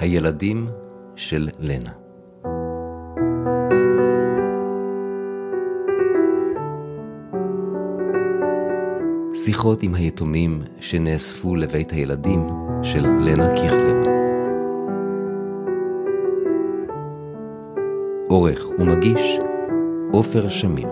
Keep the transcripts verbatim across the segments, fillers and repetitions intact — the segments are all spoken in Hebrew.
הילדים של לנה. שיחות עם היתומים שנאספו לבית הילדים של לנה קיכלר. עורך ומגיש עופר שמיר.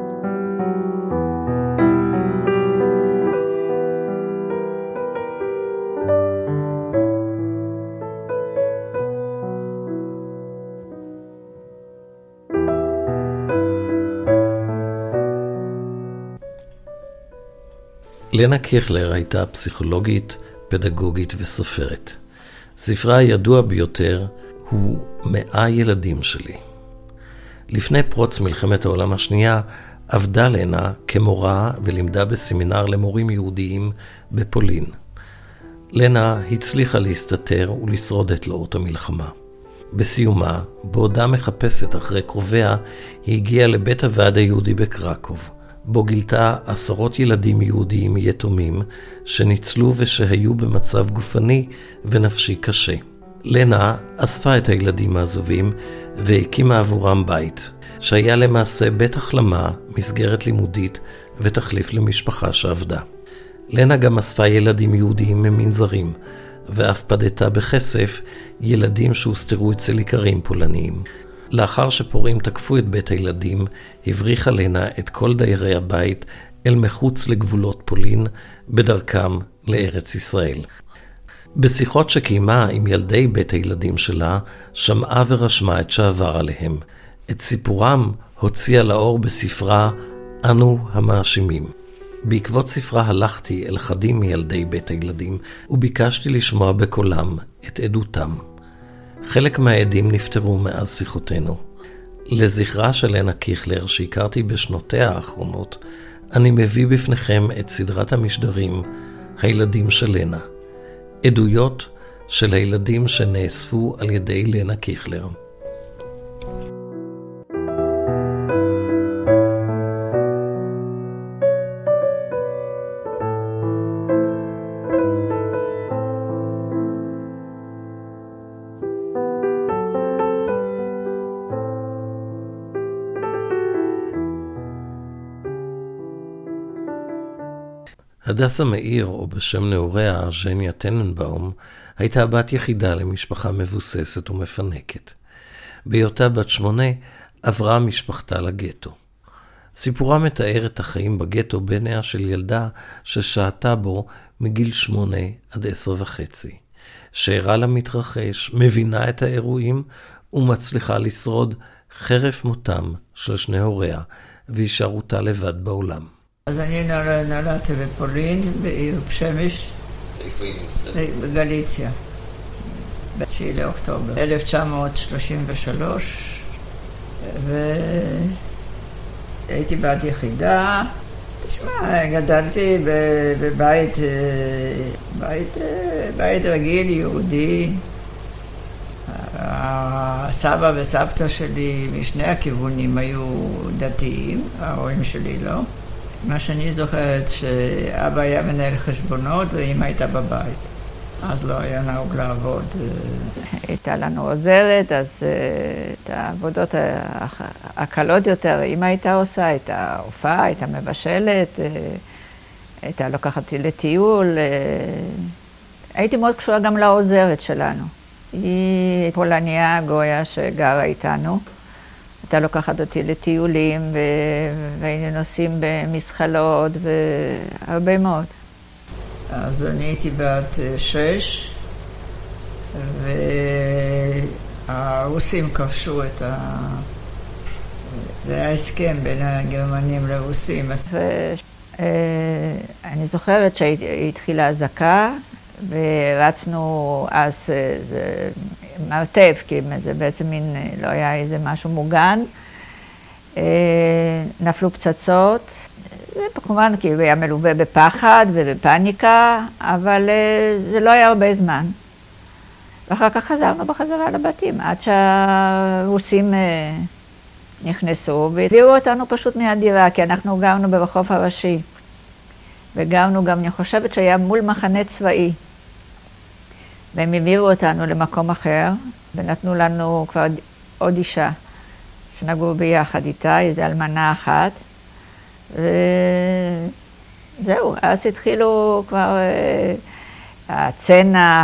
לנה קיכלר הייתה פסיכולוגית, פדגוגית וסופרת. ספרה הידוע ביותר הוא מאה ילדים שלי. לפני פרוץ מלחמת העולם השנייה עבדה לנה כמורה ולימדה בסמינר למורים יהודיים בפולין. לנה הצליחה להסתתר ולשרוד את תלאות המלחמה. בסיומה, בעודה מחפשת אחרי קרוביה, היא הגיעה לבית הוועד היהודי בקרקוב, בו גילתה עשרות ילדים יהודיים יתומים שניצלו ושהיו במצב גופני ונפשי קשה. לנה אספה את הילדים העזובים והקימה עבורם בית, שהיה למעשה בית החלמה, מסגרת לימודית ותחליף למשפחה שעבדה. לנה גם אספה ילדים יהודיים ממנזרים, ואף פדתה בכסף ילדים שהוסתרו אצל איכרים פולניים. לאחר שפורעים תקפו את בית הילדים, הבריחה לנה את כל דיירי הבית אל מחוץ לגבולות פולין, בדרכם לארץ ישראל. בשיחות שקיימה עם ילדי בית הילדים שלה, שמעה ורשמה את שעבר עליהם. את סיפורם הוציאה לאור בספרה "אנו המאשימים". בעקבות ספרה הלכתי אל אחדים מילדי בית הילדים, וביקשתי לשמוע בקולם את עדותם. חלק מהעדים נפטרו מאז שיחותינו. לזכרה של לנה קיכלר, שהכרתי בשנותיה האחרונות, אני מביא בפניכם את סדרת המשדרים הילדים של לנה. עדויות של הילדים שנאספו על ידי לנה קיכלר. הדסה מאיר, או בשם נעוריה, ז'ניה טננבאום, הייתה בת יחידה למשפחה מבוססת ומפנקת. בהיותה בת שמונה, עברה משפחתה לגטו. סיפורה מתאר את החיים בגטו בעיניה של ילדה ששהתה בו מגיל שמונה עד עשר וחצי. שערה למתרחש, מבינה את האירועים ומצליחה לשרוד חרף מותם של שני הוריה והישארותה לבד בעולם. אז אני נולדתי בפולין, בעיר שמש. איפה היא נמצאת? בגליציה, בתשיעי לאוקטובר אלף תשע מאות שלושים ושלוש, והייתי בת יחידה. תשמע, גדלתי בבית בית, בית רגיל יהודי. הסבא וסבתא שלי משני הכיוונים היו דתיים, ההורים שלי לא. מה שאני זוכרת שאבא היה מנהל חשבונות ואמא הייתה בבית. אז לא היה נהוג לעבוד. הייתה לנו עוזרת, אז את העבודות הקלות יותר אמא הייתה עושה, את ההופעה, הייתה מבשלת, הייתה לוקחת אותי לטיול. הייתי מאוד קשורה גם לעוזרת שלנו. היא פולניה גויה שגרה איתנו. הייתה לוקחת אותי לטיולים, והיינו נוסעים במסחלות, והרבה מאוד. אז אני הייתי בת שש, והרוסים כבשו את ה... זה היה הסכם בין הגרמנים לרוסים. אני זוכרת שהתחילה הזקה, ורצנו אז מרתף, כי זה בעצם מין, לא היה איזה משהו מוגן. נפלו פצצות, וכמובן כי הוא היה מלווה בפחד ובפניקה, אבל זה לא היה הרבה זמן. ואחר כך חזרנו בחזרה לבתים, עד שהרוסים נכנסו והביאו אותנו פשוט מהדירה, כי אנחנו גרנו ברחוב הראשי. וגרנו גם, אני חושבת שהיה מול מחנה צבאי. והם הביאו אותנו למקום אחר, ונתנו לנו כבר עוד אישה שנגעו ביחד איתה, איזו אלמנה אחת. וזהו, אז התחילו כבר הצנע,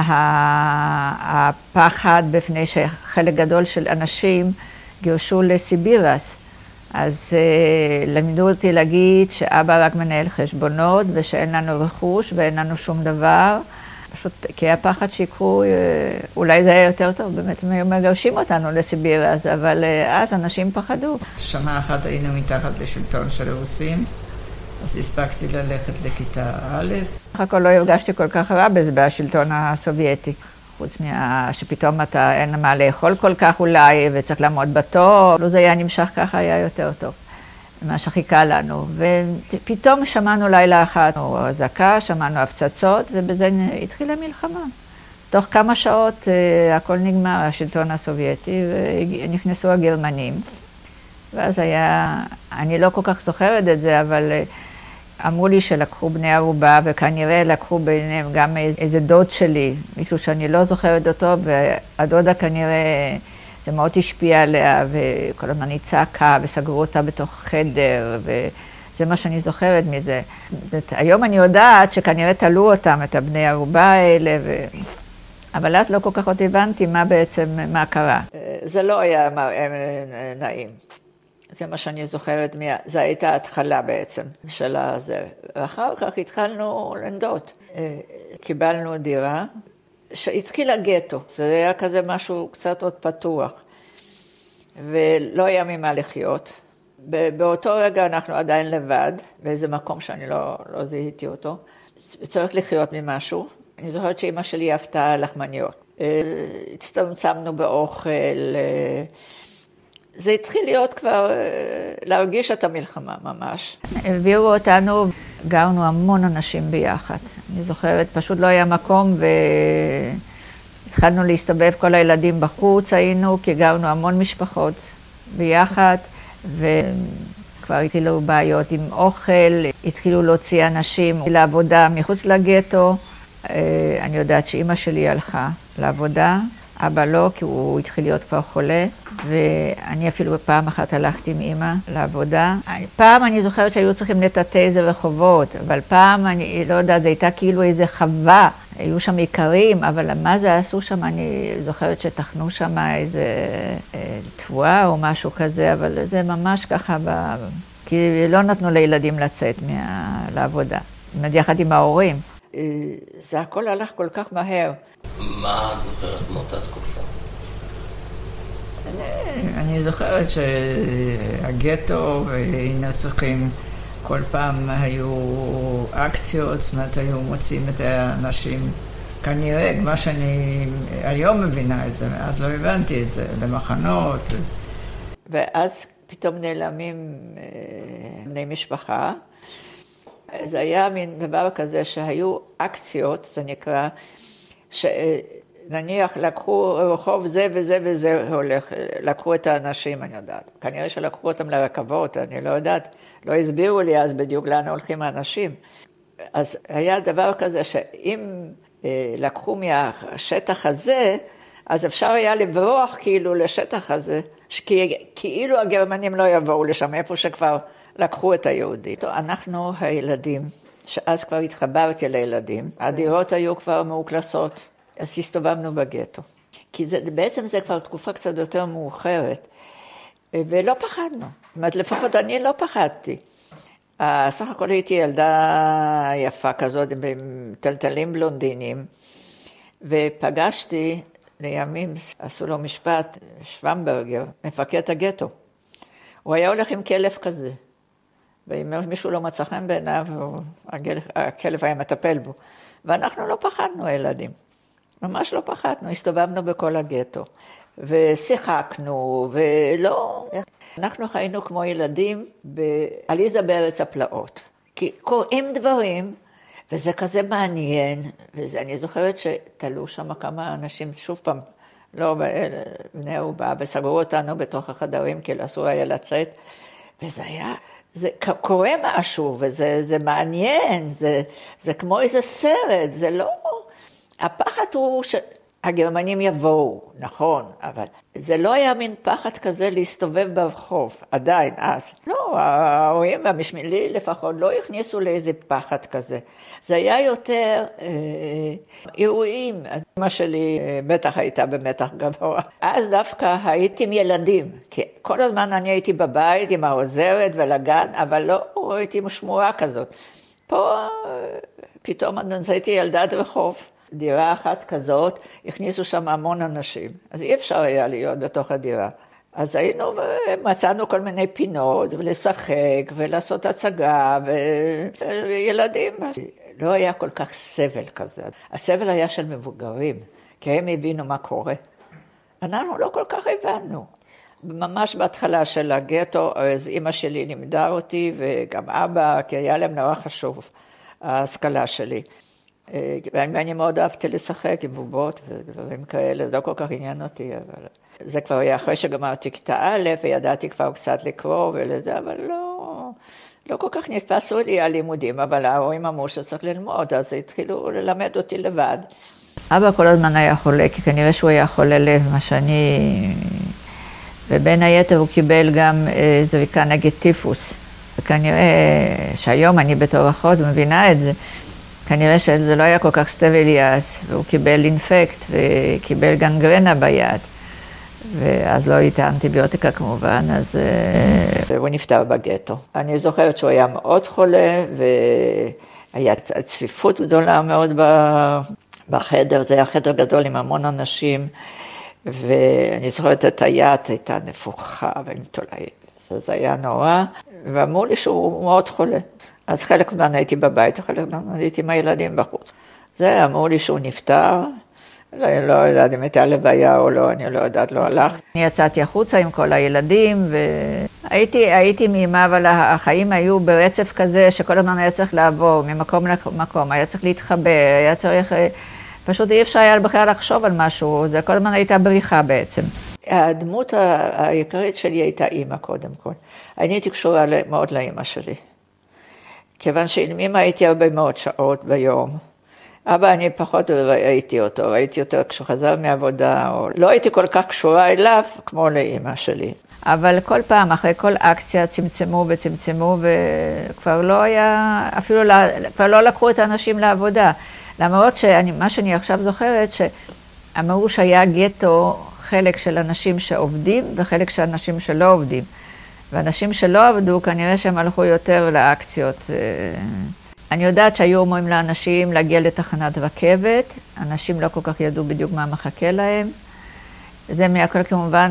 הפחד בפני שחלק גדול של אנשים גירשו לסיבירס. אז למדו אותי להגיד שאבא רק מנהל חשבונות ושאין לנו רכוש ואין לנו שום דבר. פשוט כי הפחד שיקחו, אולי זה היה יותר טוב, באמת הם היו מגרשים אותנו לסיבירס, אבל אז אנשים פחדו. שנה אחת היינו מתחת לשלטון של הרוסים, אז הספקתי ללכת לכיתה א'. אחר הכל לא הרגשתי כל כך רע בזה בשלטון הסובייטי. חוץ מה שפתאום אתה אין מה לאכול כל כך אולי, וצריך לעמוד בתור. לו זה היה נמשך ככה, היה יותר טוב. מה שחיכה לנו. ופתאום שמענו לילה אחת, אזעקה, שמענו הפצצות, ובזה התחילה מלחמה. תוך כמה שעות הכל נגמר, השלטון הסובייטי, ונכנסו הגרמנים. ואז היה, אני לא כל כך זוכרת את זה, אבל אמרו לי שלקחו בני ערובה, וכנראה לקחו ביניהם גם איזה דוד שלי, מישהו שאני לא זוכרת אותו, והדודה כנראה, זה מאוד השפיע עליה, וכל הזמן היא צעקה, וסגרו אותה בתוך חדר, וזה מה שאני זוכרת מזה. היום אני יודעת שכנראה תלו אותם, את הבני ערובה האלה, ו... אבל אז לא כל כך עוד הבנתי מה בעצם, מה קרה. זה לא היה נעים. זה מה שאני זוכרת, זה הייתה ההתחלה בעצם של הזה. ואחר כך התחלנו לנדות. קיבלנו דירה, שהתחילה גטו. זה היה כזה משהו קצת עוד פתוח. ולא היה ממה לחיות. באותו רגע אנחנו עדיין לבד, באיזה מקום שאני לא, לא זיהיתי אותו. צריך לחיות ממשהו. אני זוכרת שאמא שלי אהבתה לחמניות. הצטמצמנו באוכל. זה התחיל להיות כבר, להרגיש את המלחמה ממש. הביאו אותנו, גרנו המון אנשים ביחד. אני זוכרת, פשוט לא היה מקום והתחלנו להסתובב כל הילדים בחוץ היינו, כי גרנו המון משפחות ביחד, וכבר התחילו בעיות עם אוכל, התחילו להוציא אנשים לעבודה מחוץ לגטו. אני יודעת שאמא שלי הלכה לעבודה, אבא לא, כי הוא התחיל להיות כבר חולה, ואני אפילו בפעם אחת הלכתי עם אמא לעבודה. פעם אני זוכרת שהיו צריכים לטאטא איזה רחובות, אבל פעם אני לא יודעת, זה הייתה כאילו איזה חווה, היו שם עיקרים, אבל מה זה עשו שם? אני זוכרת שתכנו שם איזה תבואה או משהו כזה, אבל זה ממש ככה, ב... כי לא נתנו לילדים לצאת מה... לעבודה, יחד עם ההורים. זה הכל הלך כל כך מהר. מה את זוכרת מאותה תקופה? אני זוכרת שהגטו והיינו צריכים, כל פעם היו אקציות, זאת אומרת, היו מוצאים את האנשים, כנראה, מה שאני היום מבינה את זה, אז לא הבנתי את זה, במחנות. ואז פתאום נעלמים בני משפחה. זה היה מין דבר כזה שהיו אקציות, זה נקרא, שנניח לקחו רחוב זה וזה וזה הולך, לקחו את האנשים, אני יודעת. כנראה שלקחו אותם לרכבות, אני לא יודעת, לא הסבירו לי אז בדיוק לאן הולכים האנשים. אז היה דבר כזה שאם אה, לקחו מהשטח הזה, אז אפשר היה לברוח כאילו לשטח הזה, שכי, כאילו הגרמנים לא יבואו לשם, איפה שכבר לקחו את היהודים. אנחנו הילדים, שאז כבר התחברתי לילדים, הדירות היו כבר מאוכלסות, אז הסתובבנו בגטו. כי זה, בעצם זה כבר תקופה קצת יותר מאוחרת, ולא פחדנו. זאת אומרת, לפחות אני לא פחדתי. סך הכל הייתי ילדה יפה כזאת, בטלטלים בלונדינים, ופגשתי לימים, עשו לו משפט, שוונברגר, מפקד הגטו. הוא היה הולך עם כלב כזה. ואם מישהו לא מצא חן בעיניו, הכלב היה מטפל בו. ואנחנו לא פחדנו, הילדים. ממש לא פחדנו, הסתובבנו בכל הגטו. ושיחקנו, ולא... אנחנו חיינו כמו ילדים בעליזה בארץ הפלאות. כי קוראים דברים, וזה כזה מעניין. ואני זוכרת שתלו שם כמה אנשים, שוב פעם, לא בני ערובה, וסגרו אותנו בתוך החדרים, כי אסור היה לצאת. וזה היה... זה קורה משהו, וזה זה מעניין, זה, זה כמו איזה סרט, זה לא... הפחד הוא ש, הגרמנים יבואו, נכון, אבל זה לא היה מין פחד כזה להסתובב ברחוב, עדיין אז. לא, ההורים והמשמילי לפחות לא הכניסו לאיזה פחד כזה. זה היה יותר אה, אירועים. אמא שלי אה, בטח הייתה במתח גבוה. אז דווקא הייתי עם ילדים, כי כל הזמן אני הייתי בבית עם העוזרת ולגן, אבל לא הייתי משמורה כזאת. פה אה, פתאום הייתי ילדת רחוב. דירה אחת כזאת, הכניסו שם המון אנשים, אז אי אפשר היה להיות בתוך הדירה. אז היינו, מצאנו כל מיני פינות, ולשחק, ולעשות הצגה, וילדים. לא היה כל כך סבל כזה. הסבל היה של מבוגרים, כי הם הבינו מה קורה. אנחנו לא כל כך הבנו. ממש בהתחלה של הגטו, אז אמא שלי לימדה אותי, וגם אבא, כי היה להם נורא חשוב, ההשכלה שלי. ואני מאוד אהבתי לשחק עם בובות ודברים כאלה, זה לא כל כך עניין אותי, אבל זה כבר היה אחרי שגמרתי כיתה א', וידעתי כבר קצת לקרוא ולזה, אבל לא, לא כל כך נתפסו לי הלימודים, אבל ההורים אמרו שצריך ללמוד, אז התחילו ללמד אותי לבד. אבא כל הזמן היה חולה, כי כנראה שהוא היה חולה לב, מה שאני... ובין היתר הוא קיבל גם זריקה נגד טיפוס, וכנראה שהיום אני בתור אחות מבינה את זה, כנראה שזה לא היה כל כך סטבילי אז, והוא קיבל אינפקט וקיבל גנגרנה ביד, ואז לא הייתה אנטיביוטיקה כמובן, אז הוא נפטר בגטו. אני זוכרת שהוא היה מאוד חולה, והיה צפיפות גדולה מאוד בחדר, זה היה חדר גדול עם המון אנשים, ואני זוכרת את היד הייתה נפוחה ומתולעית, זה היה נורא, ואמרו לי שהוא מאוד חולה. אז חלק מהזמן הייתי בבית, וחלק מהזמן הייתי עם הילדים בחוץ. זה אמרו לי שהוא נפטר, לא, לא יודעת אם הייתה לוויה או לא, אני לא יודעת, לא הלך. אני יצאתי החוצה עם כל הילדים, והייתי הייתי מאמא, אבל החיים היו ברצף כזה, שכל הזמן היה צריך לעבור ממקום למקום, היה צריך להתחבא, היה צריך, פשוט אי אפשר היה בכלל לחשוב על משהו, זה כל הזמן הייתה בריחה בעצם. הדמות העיקרית שלי הייתה אימא קודם כל. אני הייתי קשורה מאוד לאימא שלי. כיוון שעם אמא הייתי הרבה מאוד שעות ביום. אבא, אני פחות ראיתי אותו, ראיתי אותו כשהוא חזר מעבודה, או לא הייתי כל כך קשורה אליו כמו לאמא שלי. אבל כל פעם, אחרי כל אקציה, צמצמו וצמצמו, וכבר לא היה, אפילו לא, כבר לא לקחו את האנשים לעבודה. למרות שמה שאני עכשיו זוכרת, שאמרו שהיה גטו חלק של אנשים שעובדים, וחלק של אנשים שלא עובדים. ואנשים שלא עבדו, כנראה שהם הלכו יותר לאקציות. אני יודעת שהיו אומרים לאנשים להגיע לתחנת רכבת, אנשים לא כל כך ידעו בדיוק מה מחכה להם. זה מהכל כמובן,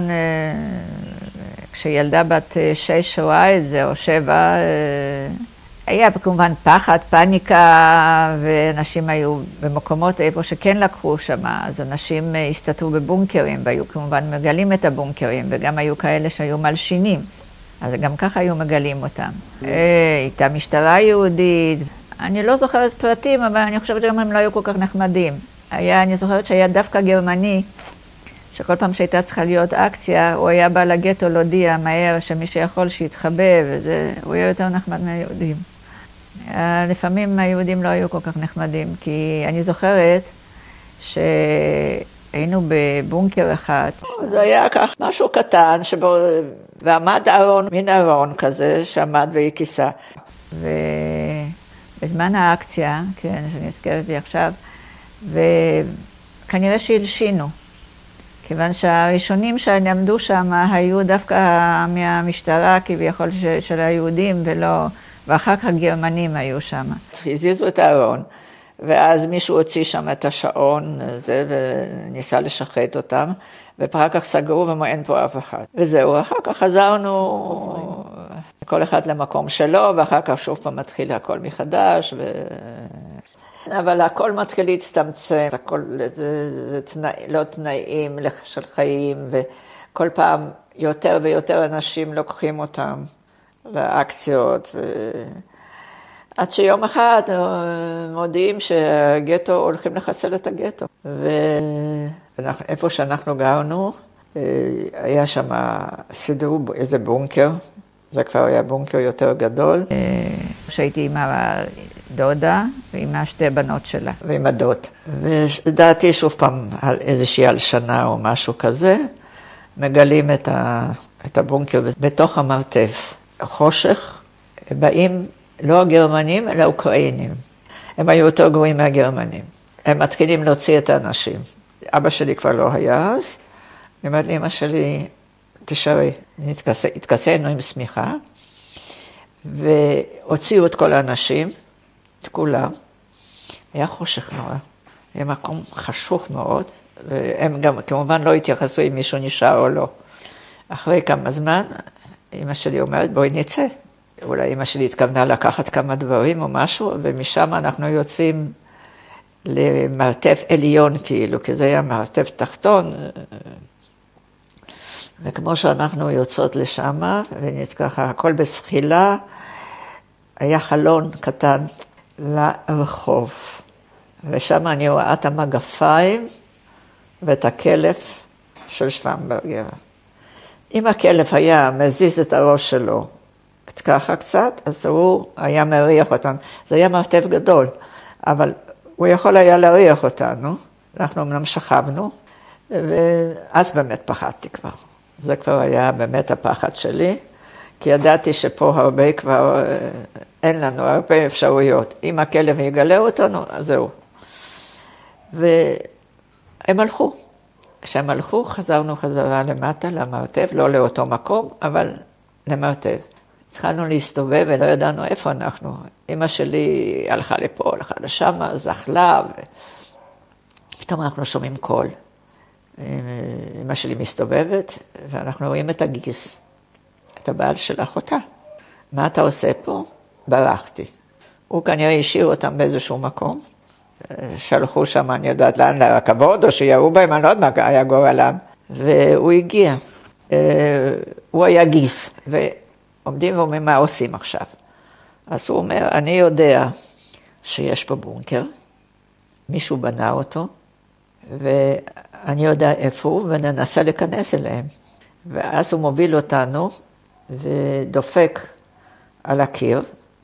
כשילדה בת שש רואה את זה, או שבע, היה כמובן פחד, פאניקה, ואנשים היו במקומות איפה שכן לקחו שם, אז אנשים הסתתרו בבונקרים, והיו כמובן מגלים את הבונקרים, וגם היו כאלה שהיו מלשינים. אז גם ככה היו מגלים אותם. הייתה משטרה יהודית, אני לא זוכרת פרטים, אבל אני חושבת שגם הם לא היו כל כך נחמדים. היה, אני זוכרת שהיה דווקא גרמני, שכל פעם שהייתה צריכה להיות אקציה, הוא היה בא לגטו להודיע מהר שמי שיכול שיתחבא, וזה, הוא היה יותר נחמד מהיהודים. לפעמים היהודים לא היו כל כך נחמדים, כי אני זוכרת ש... היינו בבונקר אחד. זה היה כך משהו קטן, שבו... ועמד ארון, מין ארון כזה, שעמד והיא כיסה. ובזמן האקציה, כן, שאני אזכרת לי עכשיו, וכנראה שהלשינו. כיוון שהראשונים שעמדו שם היו דווקא מהמשטרה, כביכול של היהודים, ולא... ואחר כך הגרמנים היו שם. הזיזו את הארון. ואז מישהו הוציא שם את השעון הזה, וניסה לשחט אותם, ואחר כך סגרו ואמרו, אין פה אף אחד. וזהו, אחר כך חזרנו, כל אחד למקום שלו, ואחר כך שוב פעם מתחיל הכל מחדש, ו... אבל הכל מתחיל להצטמצם, הכל, זה, זה תנא, לא תנאים של חיים, וכל פעם יותר ויותר אנשים לוקחים אותם לאקציות, ו... עד שיום אחד מודיעים שהגטו, הולכים לחסל את הגטו. ואיפה שאנחנו גרנו, היה שם סידרו איזה בונקר, זה כבר היה בונקר יותר גדול, שהייתי עם הדודה ועם השתי בנות שלה ועם הדוד. ודעתי שוב פעם על איזושהי הלשנה או משהו כזה, מגלים את, ה, את הבונקר בתוך המרתף. חושך, באים לא הגרמנים אלא האוקראינים. הם היו יותר גרועים מהגרמנים. הם מתחילים להוציא את האנשים. אבא שלי כבר לא היה אז. אני אומרת לאמא שלי, תשארי, התכסנו עם סמיכה, והוציאו את כל האנשים, את כולם. היה חושך נורא. היה מקום חשוך מאוד, והם גם כמובן לא התייחסו אם מישהו נשאר או לא. אחרי כמה זמן, אמא שלי אומרת, בואי נצא. אולי אמא שלי התכוונה לקחת כמה דברים או משהו, ומשם אנחנו יוצאים למרתף עליון כאילו, כי זה היה מרתף תחתון. וכמו שאנחנו יוצאות לשם, וככה הכל בסחילה, היה חלון קטן לרחוב. ושם אני רואה את המגפיים ואת הכלב של שוונברגר. אם הכלב היה מזיז את הראש שלו ככה קצת, אז הוא היה מריח אותנו. זה היה מרתף גדול, אבל הוא יכול היה להריח אותנו. אנחנו אמנם שכבנו, ואז באמת פחדתי כבר. זה כבר היה באמת הפחד שלי, כי ידעתי שפה הרבה כבר אין לנו הרבה אפשרויות. אם הכלב יגלה אותנו, אז זהו. והם הלכו. כשהם הלכו, חזרנו חזרה למטה, למרתף, לא לאותו מקום, אבל למרתף. התחלנו להסתובב ולא ידענו איפה אנחנו. אמא שלי הלכה לפה, הלכה לשם, זחלה, ופתאום אנחנו שומעים קול. אמא שלי מסתובבת, ואנחנו רואים את הגיס, את הבעל של אחותה. מה אתה עושה פה? ברחתי. הוא כנראה השאיר אותם באיזשהו מקום, שלחו שם, אני יודעת לאן, לרכבות, או שיראו בהם, אני לא יודעת מה היה גורלם. והוא הגיע, הוא היה גיס, ועומדים ואומרים מה עושים עכשיו. אז הוא אומר, אני יודע שיש פה בונקר, מישהו בנה אותו, ואני יודע איפה הוא, וננסה להיכנס אליהם. ואז הוא מוביל אותנו, ודופק על הקיר,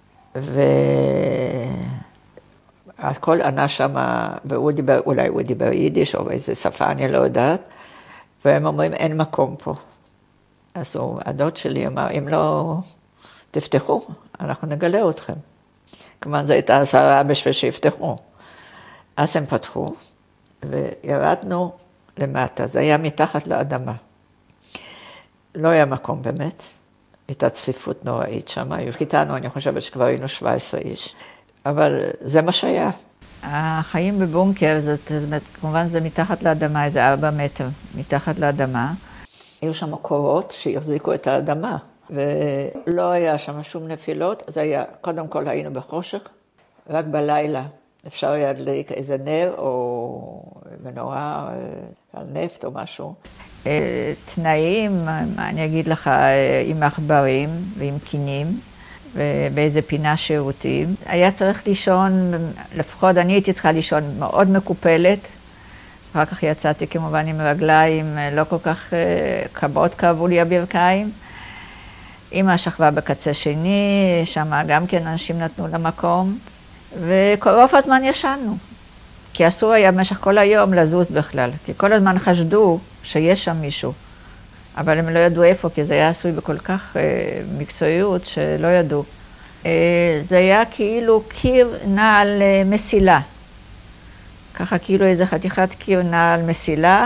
והכל ענה שם, והוא דיבר, אולי הוא דיבר יידיש, או איזה שפה, אני לא יודעת, והם אומרים, אין מקום פה. אז הוא, הדוד שלי אמר, אם לא תפתחו, אנחנו נגלה אתכם. כמובן, זו הייתה הזהרה בשביל שיפתחו. אז הם פתחו, וירדנו למטה, זה היה מתחת לאדמה. לא היה מקום באמת, הייתה צפיפות נוראית שם, היו חיתנו, אני חושבת שכבר היינו שבע עשרה איש, אבל זה מה שהיה. החיים בבונקר, זאת, זאת אומרת, כמובן זה מתחת לאדמה, איזה ארבע מטר מתחת לאדמה. היו שם קורות שהחזיקו את האדמה, ולא היה שם שום נפילות, אז היה, קודם כל היינו בחושך, רק בלילה. אפשר היה להדליק איזה נר או מנורה על נפט או משהו. תנאים, אני אגיד לך, עם עכברים ועם קינים, ובאיזה פינה שירותים. היה צריך לישון, לפחות אני הייתי צריכה לישון מאוד מקופלת. אחר כך יצאתי כמובן עם רגליים, לא כל כך קבות כאבו לי הברכיים. אמא שכבה בקצה שני, שם גם כן אנשים נתנו למקום. ורוב הזמן ישנו, כי אסור היה במשך כל היום לזוז בכלל, כי כל הזמן חשדו שיש שם מישהו, אבל הם לא ידעו איפה, כי זה היה עשוי בכל כך אה, מקצועיות שלא ידעו. אה, זה היה כאילו קיר נעל אה, מסילה, ככה כאילו איזה חתיכת קיר נעל מסילה,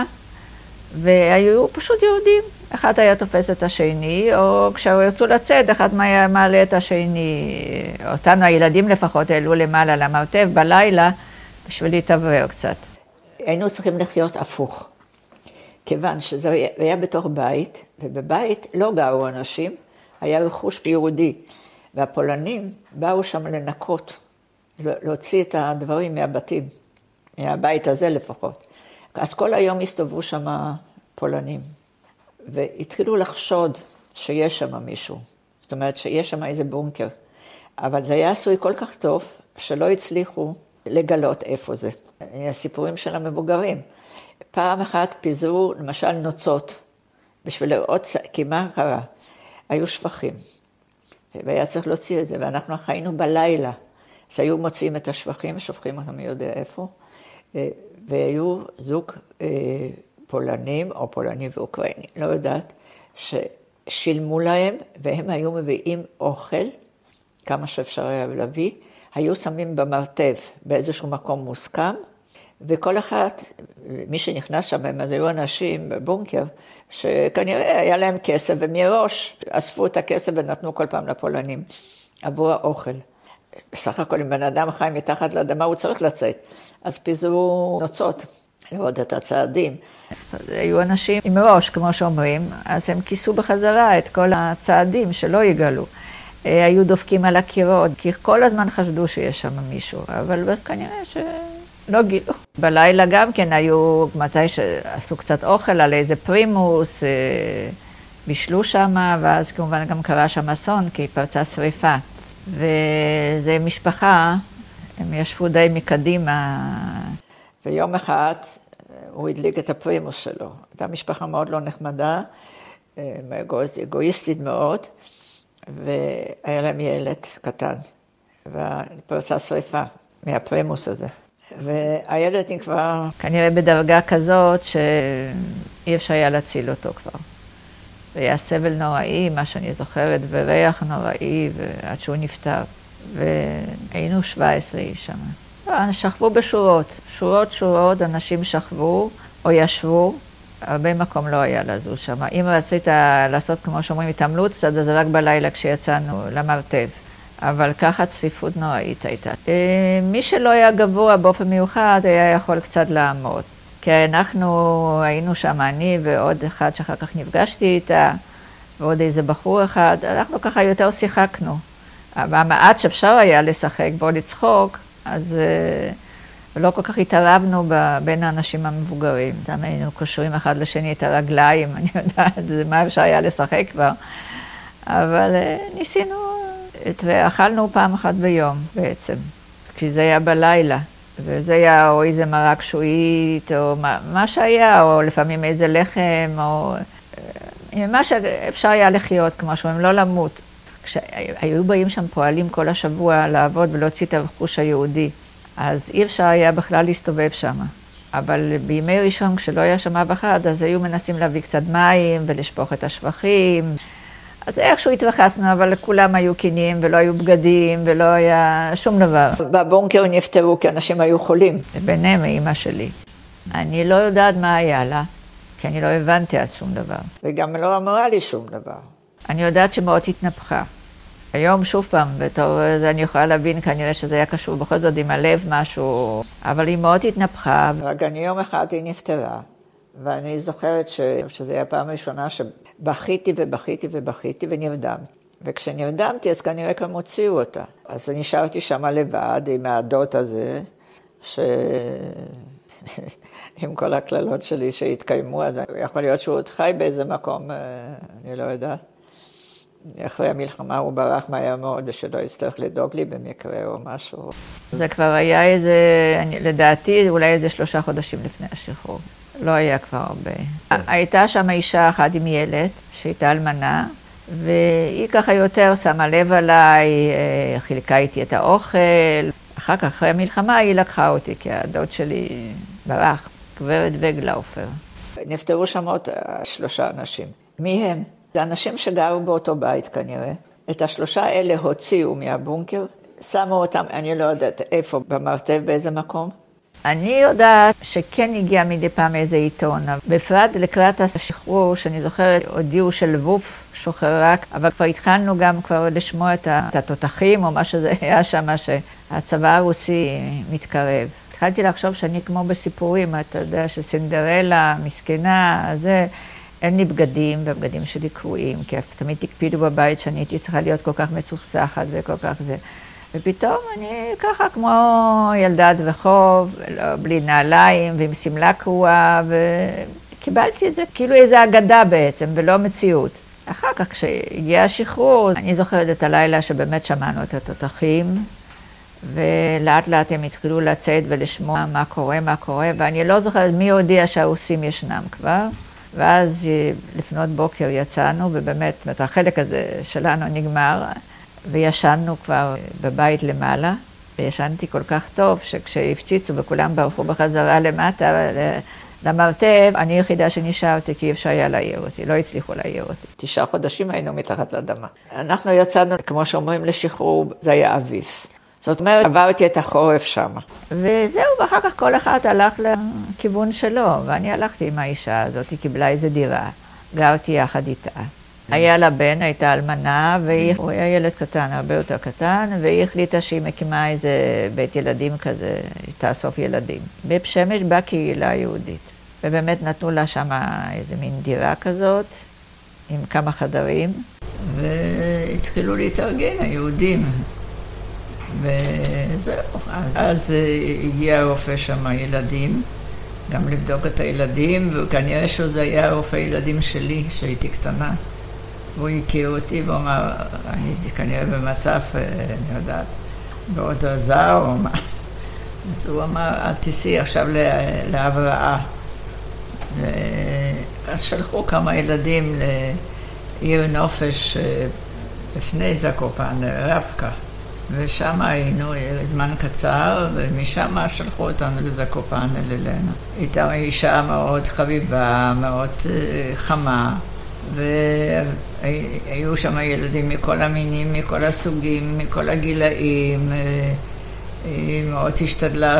והיו פשוט יהודים. אחד היה תופס את השני, או כשרצו לצאת, אחד מעלה את השני. אותנו, הילדים לפחות, העלו למעלה למרתף בלילה, בשביל להתעבר קצת. היינו צריכים לחיות הפוך, כיוון שזה היה בתוך בית, ובבית לא גרו אנשים, היה רכוש יהודי, והפולנים באו שם לנקות, להוציא את הדברים מהבתים, מהבית הזה לפחות. אז כל היום הסתובבו שם פולנים. והתחילו לחשוד שיש שם מישהו, זאת אומרת שיש שם איזה בונקר, אבל זה היה עשוי כל כך טוב שלא הצליחו לגלות איפה זה. הסיפורים של המבוגרים. פעם אחת פיזרו למשל נוצות, בשביל לראות, כי מה קרה? היו שפכים. והיה צריך להוציא את זה, ואנחנו חיינו בלילה. אז היו מוציאים את השפכים, שופכים אותם מי יודע איפה, והיו זוג פולנים, או פולני ואוקראיני, לא יודעת, ששילמו להם, והם היו מביאים אוכל, כמה שאפשר היה להביא, היו שמים במרתף באיזשהו מקום מוסכם, וכל אחד, מי שנכנס שם, אז היו אנשים בבונקר, שכנראה היה להם כסף, ומראש אספו את הכסף ונתנו כל פעם לפולנים, עבור האוכל. בסך הכל, אם בן אדם חי מתחת לאדמה, הוא צריך לצאת. אז פיזרו נוצות, לראות את הצעדים. היו אנשים עם ראש, כמו שאומרים, אז הם כיסו בחזרה את כל הצעדים שלא יגלו. היו דופקים על הקירות, כי כל הזמן חשדו שיש שם מישהו, אבל בס כנראה שלא גילו. בלילה גם כן היו, מתי שעשו קצת אוכל על איזה פרימוס, בישלו שם, ואז כמובן גם קרה שם אסון, כי פרצה שריפה. וזה משפחה, הם ישבו די מקדימה. ויום אחד הוא הדליק את הפרימוס שלו. הייתה משפחה מאוד לא נחמדה, אגואיסטית מאוד, והיה להם ילד קטן, ופרצה שריפה מהפרימוס הזה. והילד כבר כנראה בדרגה כזאת שאי אפשר היה להציל אותו כבר. והיה סבל נוראי, מה שאני זוכרת, וריח נוראי, ועד שהוא נפטר. והיינו שבע עשרה איש שם. שכבו בשורות, שורות שורות, אנשים שכבו או ישבו, הרבה מקום לא היה לזוז שם. אם רצית לעשות, כמו שאומרים, התעמלות, אז זה רק בלילה כשיצאנו למרתף. אבל ככה צפיפות נוראית הייתה. מי שלא היה גבוה באופן מיוחד, היה יכול קצת לעמוד. כי אנחנו היינו שם, אני ועוד אחד שאחר כך נפגשתי איתה, ועוד איזה בחור אחד, אנחנו ככה יותר שיחקנו. אבל המעט שאפשר היה לשחק בו לצחוק, אז לא כל כך התערבנו בין האנשים המבוגרים. גם היינו קושרים אחד לשני את הרגליים, אני יודעת, מה אפשר היה לשחק כבר. אבל ניסינו, ואכלנו פעם אחת ביום בעצם, כי זה היה בלילה. וזה היה או איזה מרק שועית, או מה, מה שהיה, או לפעמים איזה לחם, או מה שאפשר היה לחיות, כמו שאומרים, לא למות. כשהיו באים שם פועלים כל השבוע לעבוד ולהוציא את הרכוש היהודי, אז אי אפשר היה בכלל להסתובב שם. אבל בימי ראשון, כשלא היה שם אף אחד, אז היו מנסים להביא קצת מים ולשפוך את השפכים. אז איכשהו התרחסנו, אבל כולם היו קינים ולא היו בגדים ולא היה שום דבר. בבונקר נפטרו כי אנשים היו חולים, ביניהם אמא שלי. אני לא יודעת מה היה לה, כי אני לא הבנתי אז שום דבר. וגם לא אמרה לי שום דבר. אני יודעת שמאוד התנפחה. היום שוב פעם, בתור זה אני יכולה להבין כנראה שזה היה קשור בכל זאת עם הלב משהו, אבל היא מאוד התנפחה. רק אני יום אחד היא נפטרה, ואני זוכרת ש... שזה היה פעם ראשונה שבכיתי ובכיתי ובכיתי ונרדמתי. וכשנרדמתי אז כנראה גם הוציאו אותה. אז נשארתי שם לבד עם העדות הזה, ש... עם כל הכללות שלי שהתקיימו, אז יכול להיות שהוא עוד חי באיזה מקום, אני לא יודעת. אחרי המלחמה הוא ברח מהר מאוד, ושלא יצטרך לדאוג לי במקרה או משהו. זה כבר היה איזה, לדעתי, אולי איזה שלושה חודשים לפני השחרור. לא היה כבר הרבה. הייתה שם אישה אחת עם ילד, שהייתה אלמנה, והיא ככה יותר שמה לב עליי, חילקה איתי את האוכל. אחר כך, אחרי המלחמה, היא לקחה אותי, כי הדוד שלי ברח, גברת וגלאופר. נפטרו שם עוד שלושה אנשים. מי הם? זה אנשים שגרו באותו בית כנראה. את השלושה האלה הוציאו מהבונקר, שמו אותם, אני לא יודעת איפה, במרתף באיזה מקום. אני יודעת שכן הגיע מדי פעם איזה עיתון, בפרט לקראת השחרור, שאני זוכרת, הודיעו שלבוב שוחרר, אבל כבר התחלנו גם כבר לשמוע את התותחים, או מה שזה היה שם, שהצבא הרוסי מתקרב. התחלתי לחשוב שאני כמו בסיפורים, אתה יודע, שסינדרלה, מסכנה, זה... אין לי בגדים, והבגדים שלי קרועים, כי תמיד תקפידו בבית שאני הייתי צריכה להיות כל כך מצוחצחת וכל כך זה. ופתאום אני ככה כמו ילדת וחוב, לא, בלי נעליים ועם סמלה קרועה, וקיבלתי את זה כאילו איזו אגדה בעצם, ולא מציאות. אחר כך כשהגיע השחרור, אני זוכרת את הלילה שבאמת שמענו את התותחים, ולאט לאט הם התחילו לצאת ולשמוע מה קורה, מה קורה, ואני לא זוכרת מי הודיע שהרוסים ישנם כבר. ואז לפנות בוקר יצאנו, ובאמת, החלק הזה שלנו נגמר. וישנו כבר בבית למעלה, וישנתי כל כך טוב שכשהפציצו וכולם ברחו בחזרה למטה למרתף, אני היחידה שנשארתי כי אפשר היה להעיר אותי, לא הצליחו להעיר אותי. תשעה חודשים היינו מתחת לאדמה. אנחנו יצאנו, כמו שאומרים, לשחרור, זה היה אביב. זאת אומרת, עברתי את החורף שם. וזהו, ואחר כך כל אחד הלך לכיוון שלו, ואני הלכתי עם האישה הזאת, היא קיבלה איזו דירה, גרתי יחד איתה. היה לה בן, הייתה אלמנה, והוא היה ילד קטן, הרבה יותר קטן, והיא החליטה שהיא מקימה איזה בית ילדים כזה, תאסוף ילדים. בשמש בקהילה היהודית. ובאמת נתנו לה שם איזה מין דירה כזאת, עם כמה חדרים, והתחילו להתארגן היהודים. וזהו, אז, אז הגיע הרופא שם ילדים, גם לבדוק את הילדים, וכנראה שזה היה הרופא ילדים שלי, שהייתי קטנה. והוא הכיר אותי ואומר, אני הייתי כנראה במצב, אני יודעת, מאוד עזר או מה. אז הוא אמר, את תיסעי עכשיו להבראה. אז שלחו כמה ילדים לעיר נופש לפני זקופן, רבקה. ושם היינו זמן קצר, ומשם שלחו אותנו לזקופן, ללנה. הייתה אישה מאוד חביבה, מאוד חמה, והיו שם ילדים מכל המינים, מכל הסוגים, מכל הגילאים. היא מאוד השתדלה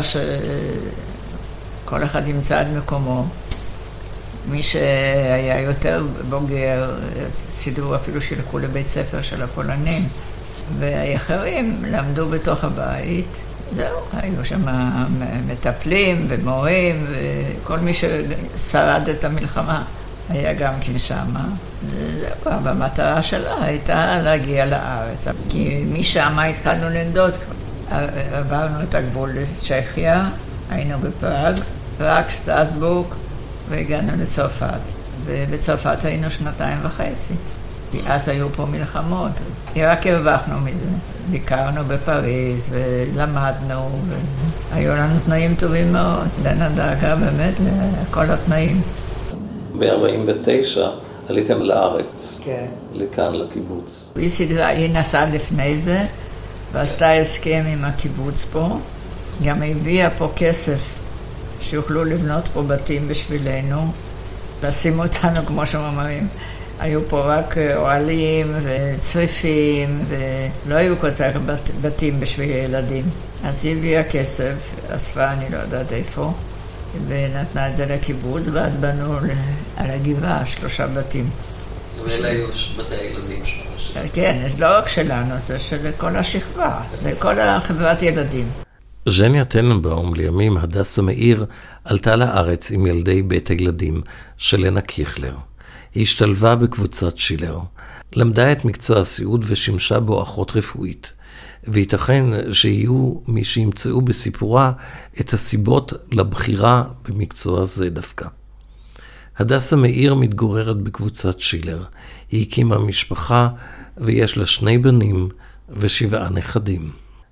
שכל אחד ימצא את מקומו. מי שהיה יותר בוגר, סידרו אפילו שילכו לבית ספר של הפולנים. והאחרים למדו בתוך הבית, זהו, היו שם מטפלים ומורים, וכל מי ששרד את המלחמה היה גם כן שם. זהו, המטרה שלה הייתה להגיע לארץ, כי משם התחלנו לנדוד כבר. עברנו את הגבול לצ'כיה, היינו בפראג, פראג, סטרסבורג, והגענו לצרפת. ובצרפת היינו שנתיים וחצי. אז היו פה מלחמות, רק הרווחנו מזה. ביקרנו בפריז ולמדנו, והיו לנו תנאים טובים מאוד. לנה דאגה באמת לכל התנאים. ב-ארבעים ותשע עליתם לארץ, כן. לכאן, לקיבוץ. היא סדרה, היא נסעה לפני זה, ועשתה הסכם עם הקיבוץ פה. גם הביאה פה כסף, שיוכלו לבנות פה בתים בשבילנו, לשים אותנו כמו שאומרים. היו פה רק אוהלים וצריפים, ולא היו כל כך בתים בשביל ילדים. אז היא הביאה כסף, אספה, אני לא יודעת איפה, ונתנה את זה לקיבוץ, ואז בנו על הגבעה שלושה בתים. ואלה היו בתי הילדים שלנו. כן, זה לא רק שלנו, זה של כל השכבה, זה כל החברת ילדים. ז'ניה טננבאום, לימים הדסה מאיר, עלתה לארץ עם ילדי בית הילדים של לנה קיכלר. היא השתלבה בקבוצת שילר, למדה את מקצוע הסיעוד ושימשה בו אחות רפואית, וייתכן שיהיו מי שימצאו בסיפורה את הסיבות לבחירה במקצוע זה דווקא. הדסה מאיר מתגוררת בקבוצת שילר, היא הקימה משפחה ויש לה שני בנים ושבעה נכדים.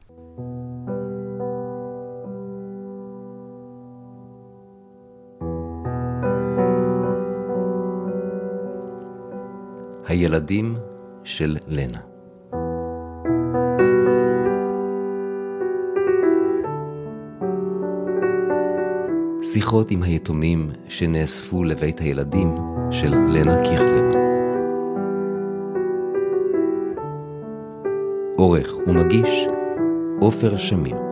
הילדים של לנה. שיחות עם היתומים שנאספו לבית הילדים של לנה קיכלר. עורך ומגיש עופר שמיר.